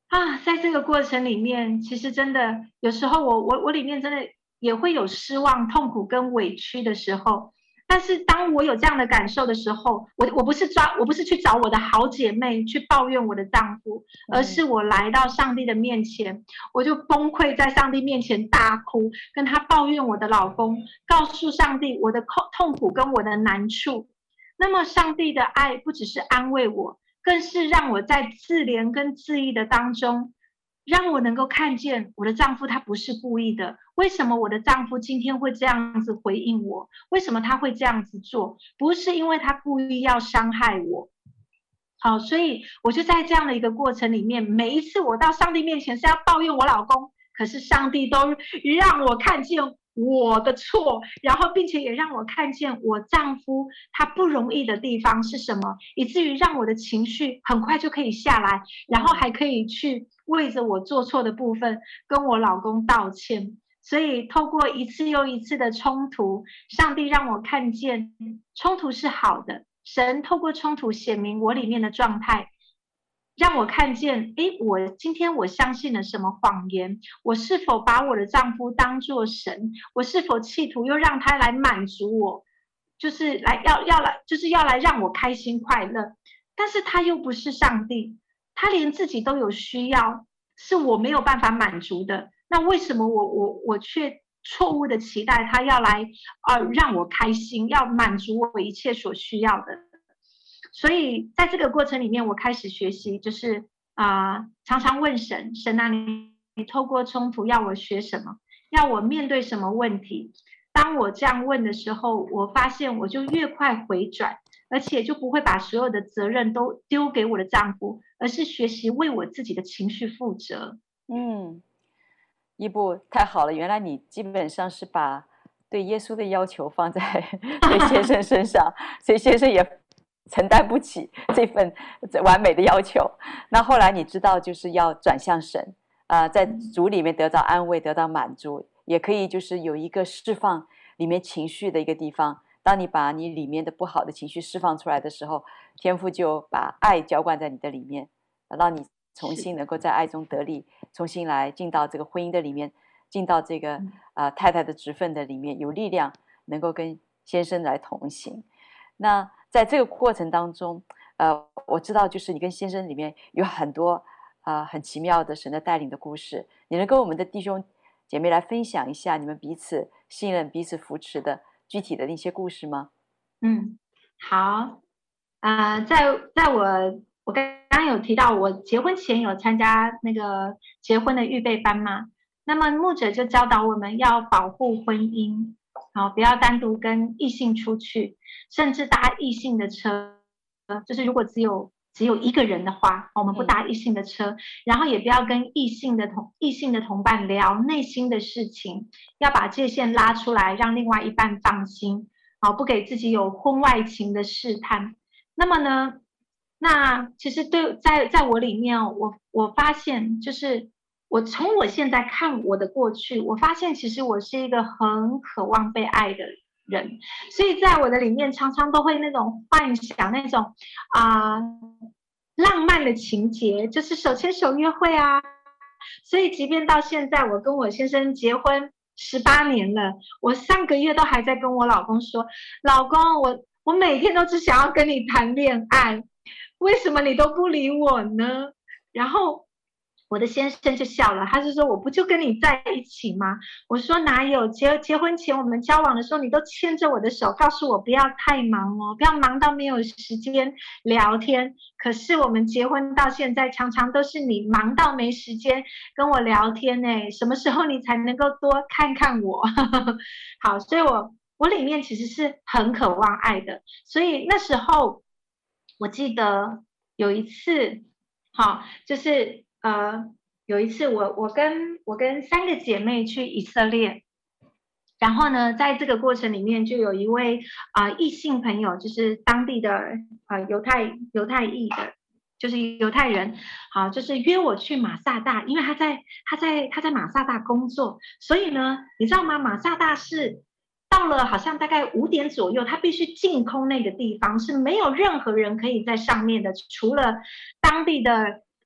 啊，在这个过程里面，其实真的有时候我我我里面真的也会有失望、痛苦跟委屈的时候。但是当我有这样的感受的时候，我我不是抓，我不是去找我的好姐妹去抱怨我的丈夫，而是我来到上帝的面前，我就崩溃在上帝面前大哭，跟他抱怨我的老公，告诉上帝我的痛苦跟我的难处。那么上帝的爱不只是安慰我，更是让我在自怜跟自义的当中，让我能够看见我的丈夫他不是故意的。为什么我的丈夫今天会这样子回应我？为什么他会这样子做？不是因为他故意要伤害我。好，所以我就在这样的一个过程里面，每一次我到上帝面前是要抱怨我老公，可是上帝都让我看见我的错，然后并且也让我看见我丈夫他不容易的地方是什么，以至于让我的情绪很快就可以下来，然后还可以去为着我做错的部分跟我老公道歉。所以透过一次又一次的冲突，上帝让我看见冲突是好的，神透过冲突显明我里面的状态，让我看见，诶，我今天我相信了什么谎言？我是否把我的丈夫当作神？我是否企图又让他来满足我，就是来要要来就是要来让我开心快乐？但是他又不是上帝，他连自己都有需要，是我没有办法满足的。那为什么我我我却错误的期待他要来呃让我开心，要满足我一切所需要的？所以在这个过程里面，我开始学习，就是啊、呃，常常问神，神啊，你你透过冲突要我学什么？要我面对什么问题？当我这样问的时候，我发现我就越快回转，而且就不会把所有的责任都丢给我的丈夫，而是学习为我自己的情绪负责。 嗯，一步太好了，原来你基本上是把对耶稣的要求放在对先生身上，所以先生也承担不起这份完美的要求。那后来你知道就是要转向神啊、呃，在主里面得到安慰，得到满足，也可以就是有一个释放里面情绪的一个地方。当你把你里面的不好的情绪释放出来的时候，天父就把爱浇灌在你的里面，让你重新能够在爱中得力，重新来进到这个婚姻的里面，进到这个呃太太的职分的里面，有力量能够跟先生来同行。那在这个过程当中，呃，我知道就是你跟先生里面有很多啊、呃、很奇妙的神的带领的故事，你能跟我们的弟兄姐妹来分享一下你们彼此信任、彼此扶持的具体的那些故事吗？ 嗯，好，啊、呃，在在我我刚刚有提到，我结婚前有参加那个结婚的预备班嘛，那么牧者就教导我们要保护婚姻，好，不要单独跟异性出去，甚至搭异性的车，就是如果只有只有一个人的话，我们不搭异性的车，嗯、然后也不要跟异性的同异性的同伴聊内心的事情，要把界限拉出来，让另外一半放心。好，不给自己有婚外情的试探。那么呢，那其实对在在我里面哦，我我发现就是我从我现在看我的过去，我发现其实我是一个很渴望被爱的人，所以在我的里面常常都会那种幻想那种啊、呃、浪漫的情节，就是手牵手约会啊。所以即便到现在，我跟我先生结婚十八年了，我上个月都还在跟我老公说，老公，我我每天都只想要跟你谈恋爱，为什么你都不理我呢？然后我的先生就笑了，他就说，我不就跟你在一起吗？我说哪有，结结婚前我们交往的时候，你都牵着我的手，告诉我不要太忙哦，不要忙到没有时间聊天。可是我们结婚到现在，常常都是你忙到没时间跟我聊天呢，什么时候你才能够多看看我？好，所以我我里面其实是很渴望爱的，所以那时候我记得有一次，好，就是呃有一次我我跟我跟三个姐妹去以色列。然后呢，在这个过程里面，就有一位啊、呃、异性朋友，就是当地的呃犹太犹太裔的，就是犹太人，好，就是约我去马萨大，因为他在他在他在马萨大工作，所以呢，你知道吗？马萨大是到了好像大概五点左右，他必须净空那个地方，是没有任何人可以在上面的，除了当地的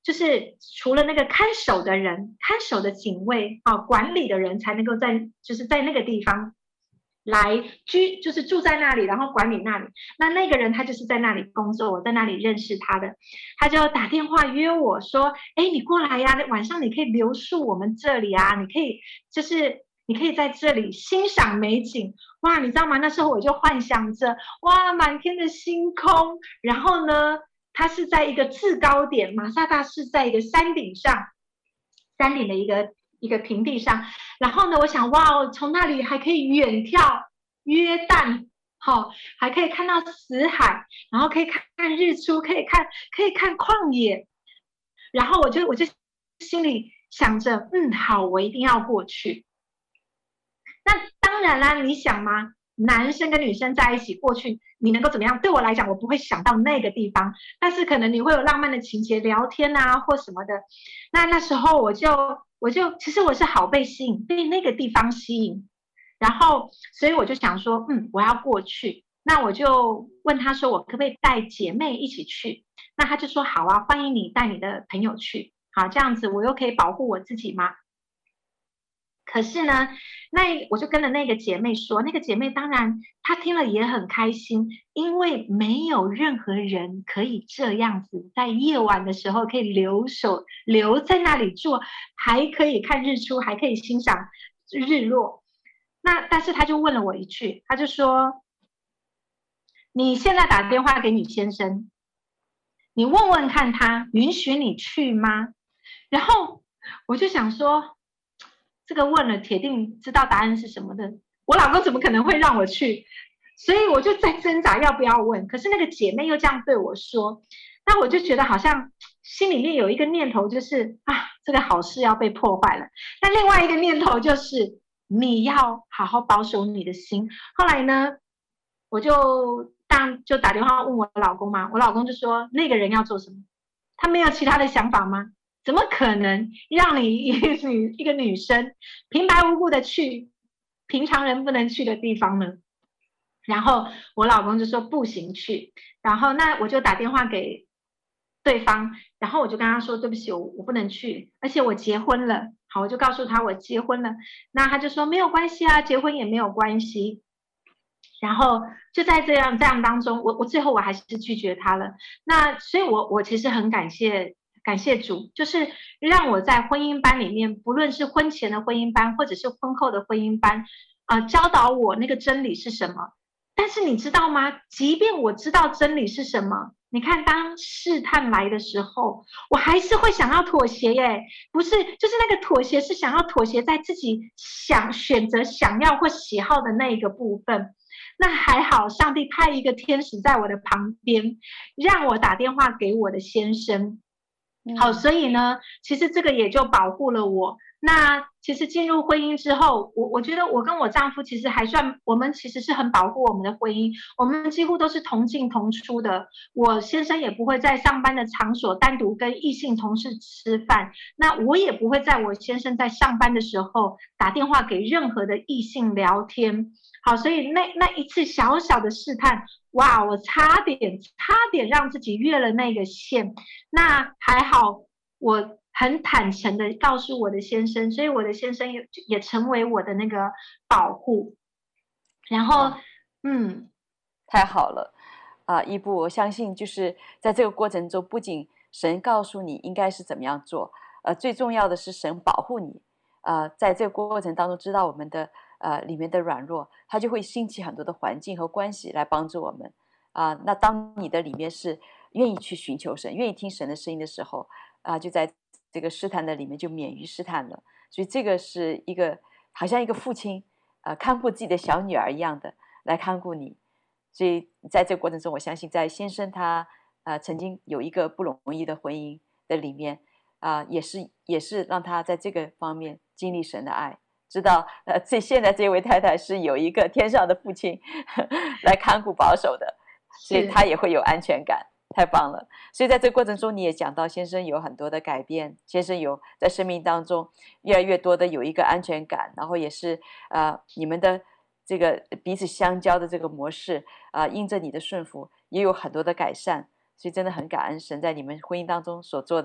就是除了那个看守的人、看守的警卫啊、管理的人才能够在就是在那个地方来居，就是住在那里，然后管理那里。那那个人他就是在那里工作，我在那里认识他的，他就打电话约我说：“哎，你过来呀，晚上你可以留宿我们这里啊，你可以就是你可以在这里欣赏美景。”哇，你知道吗？那时候我就幻想着，哇，满天的星空，然后呢，它是在一个制高点，马萨大是在一个山顶上，山顶的一个一个平地上。然后呢，我想，哇，从那里还可以远眺约旦，好、哦，还可以看到死海，然后可以看看日出，可以看可以看旷野。然后我就我就心里想着，嗯，好，我一定要过去。那当然啦，你想吗？男生跟女生在一起过去，你能够怎么样？对我来讲，我不会想到那个地方，但是可能你会有浪漫的情节，聊天啊或什么的。那那时候我就我就其实我是好被吸引，被那个地方吸引，然后所以我就想说，嗯，我要过去。那我就问他说，我可不可以带姐妹一起去？那他就说好啊，欢迎你带你的朋友去。好，这样子我又可以保护我自己吗？可是呢，那我就跟了那个姐妹说，那个姐妹当然她听了也很开心，因为没有任何人可以这样子在夜晚的时候可以留守留在那里住，还可以看日出，还可以欣赏日落。那但是她就问了我一句，她就说：“你现在打电话给你先生，你问问看他允许你去吗？”然后我就想说，这个问了铁定知道答案是什么的，我老公怎么可能会让我去？所以我就在挣扎要不要问。可是那个姐妹又这样对我说，那我就觉得好像心里面有一个念头，就是啊，这个好事要被破坏了。那另外一个念头就是你要好好保守你的心。后来呢，我就当就打电话问我老公嘛，我老公就说那个人要做什么？他没有其他的想法吗？怎么可能让你一个女一个女生平白无故的去平常人不能去的地方呢？然后我老公就说不行去，然后那我就打电话给对方，然后我就跟他说对不起，我我不能去，而且我结婚了。好，我就告诉他我结婚了，那他就说没有关系啊，结婚也没有关系。然后就在这样这样当中，我我最后我还是拒绝他了。那所以我我其实很感谢感谢主，就是让我在婚姻班里面，不论是婚前的婚姻班或者是婚后的婚姻班，呃，教导我那个真理是什么。但是你知道吗？即便我知道真理是什么，你看当试探来的时候，我还是会想要妥协耶。不是，就是那个妥协是想要妥协在自己想选择想要或喜好的那一个部分。那还好，上帝派一个天使在我的旁边，让我打电话给我的先生。好，所以呢，其实这个也就保护了我。那其实进入婚姻之后，我我觉得我跟我丈夫其实还算，我们其实是很保护我们的婚姻，我们几乎都是同进同出的。我先生也不会在上班的场所单独跟异性同事吃饭，那我也不会在我先生在上班的时候打电话给任何的异性聊天。好，所以那那一次小小的试探，哇，我差点差点让自己越了那个线。那还好，我很坦诚的告诉我的先生，所以我的先生也也成为我的那个保护。然后，嗯， 太好了啊！伊布，我相信就是在这个过程中，不仅神告诉你应该是怎么样做，呃，最重要的是神保护你。呃，在这个过程当中，知道我们的呃里面的软弱，他就会兴起很多的环境和关系来帮助我们啊、呃。那当你的里面是愿意去寻求神，愿意听神的声音的时候啊、呃，就在这个试探的里面就免于试探了。所以这个是一个好像一个父亲呃看顾自己的小女儿一样的来看顾你。所以在这个过程中，我相信在先生他呃曾经有一个不容易的婚姻的里面啊、呃，也是也是让他在这个方面经历神的爱，知道呃这现在这位太太是有一个天上的父亲呵呵来看顾保守的，所以他也会有安全感。太棒了！所以在这个过程中，你也讲到先生有很多的改变，先生有在生命当中越来越多的有一个安全感，然后也是呃你们的这个彼此相交的这个模式啊、呃，因着你的顺服，也有很多的改善。所以真的很感恩神在你们婚姻当中所做的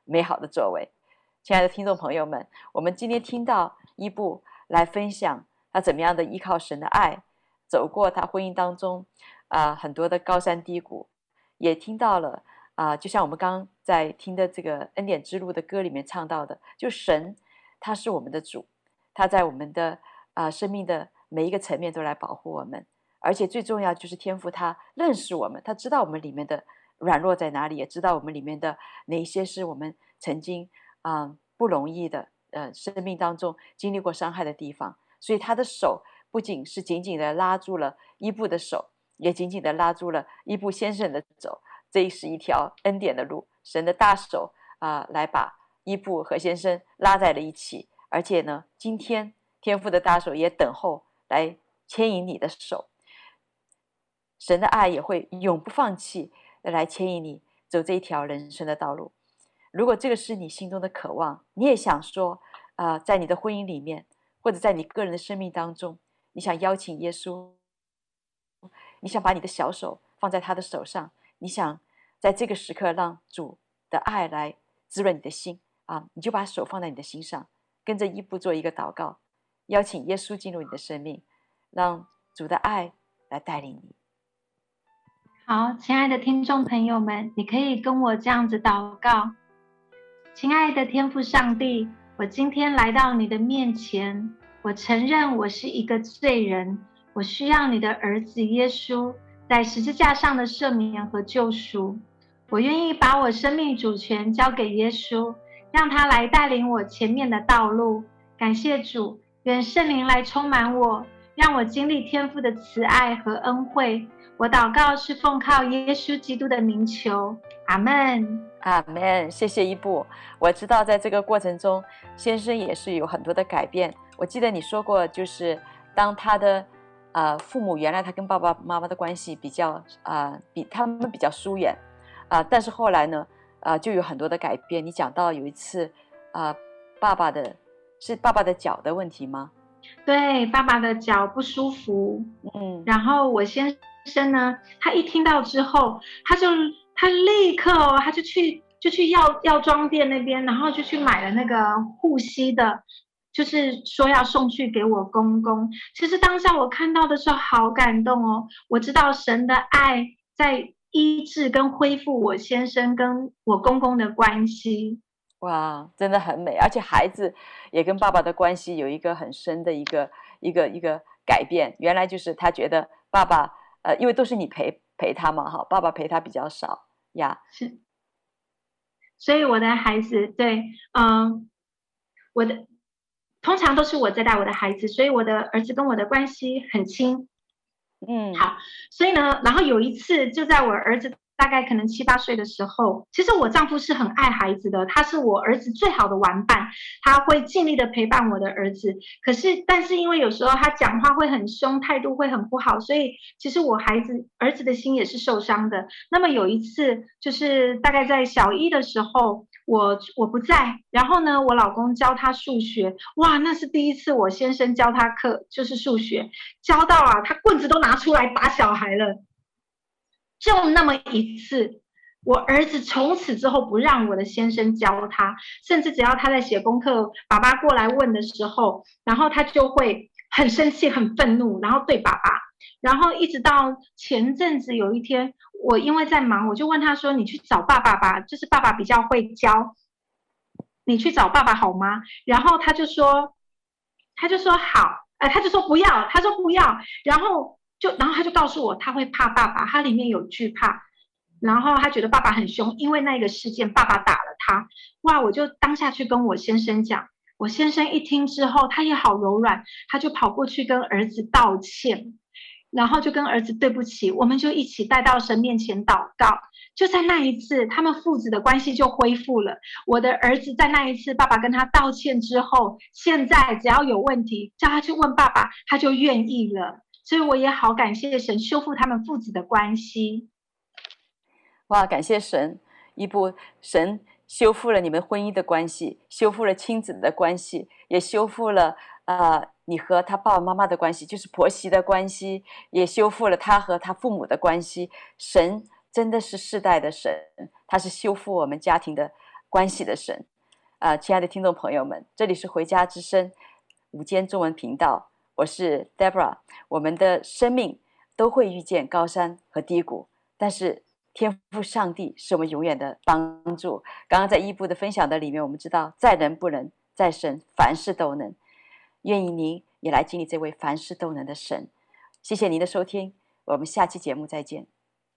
美好的作为。亲爱的听众朋友们，我们今天听到伊布来分享他怎么样的依靠神的爱，走过他婚姻当中啊、呃、很多的高山低谷，也听到了啊、呃，就像我们刚刚在听的这个恩典之路的歌里面唱到的，就神他是我们的主，他在我们的啊、呃、生命的每一个层面都来保护我们，而且最重要就是天父他认识我们，他知道我们里面的软弱在哪里，也知道我们里面的哪一些是我们曾经啊、呃、不容易的呃生命当中经历过伤害的地方，所以他的手不仅是紧紧的拉住了伊布的手，也紧紧的拉住了伊布先生的手。这是一条恩典的路，神的大手啊、呃，来把伊布和先生拉在了一起。而且呢，今天天父的大手也等候来牵引你的手，神的爱也会永不放弃的来牵引你走这一条人生的道路。如果这个是你心中的渴望，你也想说啊、呃，在你的婚姻里面，或者在你个人的生命当中，你想邀请耶稣，你想把你的小手放在他的手上，你想在这个时刻让主的爱来滋润你的心啊，你就把手放在你的心上，跟着伊布做一个祷告，邀请耶稣进入你的生命，让主的爱来带领你。 好，亲爱的听众朋友们，你可以跟我这样子祷告：亲爱的天父上帝，我今天来到你的面前，我承认我是一个罪人，我需要你的儿子耶稣在十字架上的赦免和救赎。我愿意把我生命主权交给耶稣，让他来带领我前面的道路。感谢主，愿圣灵来充满我，让我经历天父的慈爱和恩惠。我祷告是奉靠耶稣基督的名求，阿们。 阿们。谢谢伊布。我知道在这个过程中，先生也是有很多的改变。我记得你说过，就是当他的呃父母原来他跟爸爸妈妈的关系比较啊、呃、比他们比较疏远啊、呃，但是后来呢啊、呃、就有很多的改变。你讲到有一次啊、呃、爸爸的是爸爸的脚的问题吗？ 对，爸爸的脚不舒服， 嗯， 然后我先生呢，他一听到之后，他就他立刻哦，他就去就去药药妆店那边，然后就去买了那个护膝的，就是说要送去给我公公。其实当下我看到的时候好感动哦，我知道神的爱在医治跟恢复我先生跟我公公的关系。 哇，真的很美，而且孩子也跟爸爸的关系有一个很深的一个一个一个改变。原来就是他觉得爸爸，呃，因为都是你陪陪他嘛，哈，爸爸陪他比较少呀。 是，所以我的孩子，对，嗯，我的通常都是我在带我的孩子，所以我的儿子跟我的关系很亲。 嗯， 好，所以呢，然后有一次就在我儿子大概可能七八岁的时候，其实我丈夫是很爱孩子的，他是我儿子最好的玩伴，他会尽力的陪伴我的儿子。可是，但是因为有时候他讲话会很凶，态度会很不好，所以其实我孩子儿子的心也是受伤的。那么有一次，就是大概在小一的时候，我我不在，然后呢，我老公教他数学，哇，那是第一次我先生教他课，就是数学，教到啊，他棍子都拿出来打小孩了。就那么一次，我儿子从此之后不让我的先生教他，甚至只要他在写功课，爸爸过来问的时候，然后他就会很生气、很愤怒，然后对爸爸。然后一直到前阵子有一天，我因为在忙，我就问他说：“你去找爸爸吧，就是爸爸比较会教，你去找爸爸好吗？”然后他就说，他就说好，呃，他就说不要，他说不要，然后。就然后他就告诉我他会怕爸爸，他里面有惧怕，然后他觉得爸爸很凶，因为那个事件爸爸打了他。哇，我就当下去跟我先生讲，我先生一听之后他也好柔软，他就跑过去跟儿子道歉，然后就跟儿子对不起，我们就一起带到神面前祷告。就在那一次他们父子的关系就恢复了。我的儿子在那一次爸爸跟他道歉之后，现在只要有问题叫他去问爸爸，他就愿意了。所以我也好感谢神修复他们父子的关系。 哇，感谢神，一步神修复了你们婚姻的关系，修复了亲子的关系，也修复了呃你和他爸爸妈妈的关系，就是婆媳的关系，也修复了他和他父母的关系。神真的是世代的神，他是修复我们家庭的关系的神。啊、呃，亲爱的听众朋友们，这里是回家之声午间中文频道，我是 Deborah。我们的生命都会遇见高山和低谷，但是天父上帝是我们永远的帮助。刚刚在一部的分享的里面，我们知道在人不能，在神凡事都能。愿意您也来经历这位凡事都能的神。谢谢您的收听，我们下期节目再见。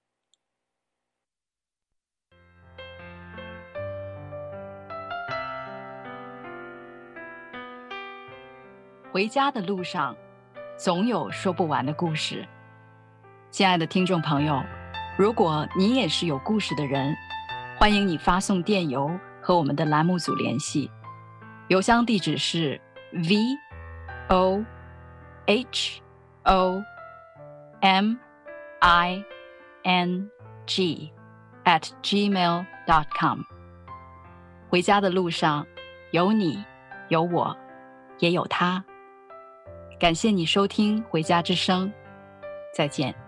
回家的路上，总有说不完的故事。亲爱的听众朋友，如果你也是有故事的人，欢迎你发送电邮和我们的栏目组联系，邮箱地址是 v o h o m i n g at gmail dot com。 回家的路上，有你，有我，也有他。感谢你收听《回家之声》，再见。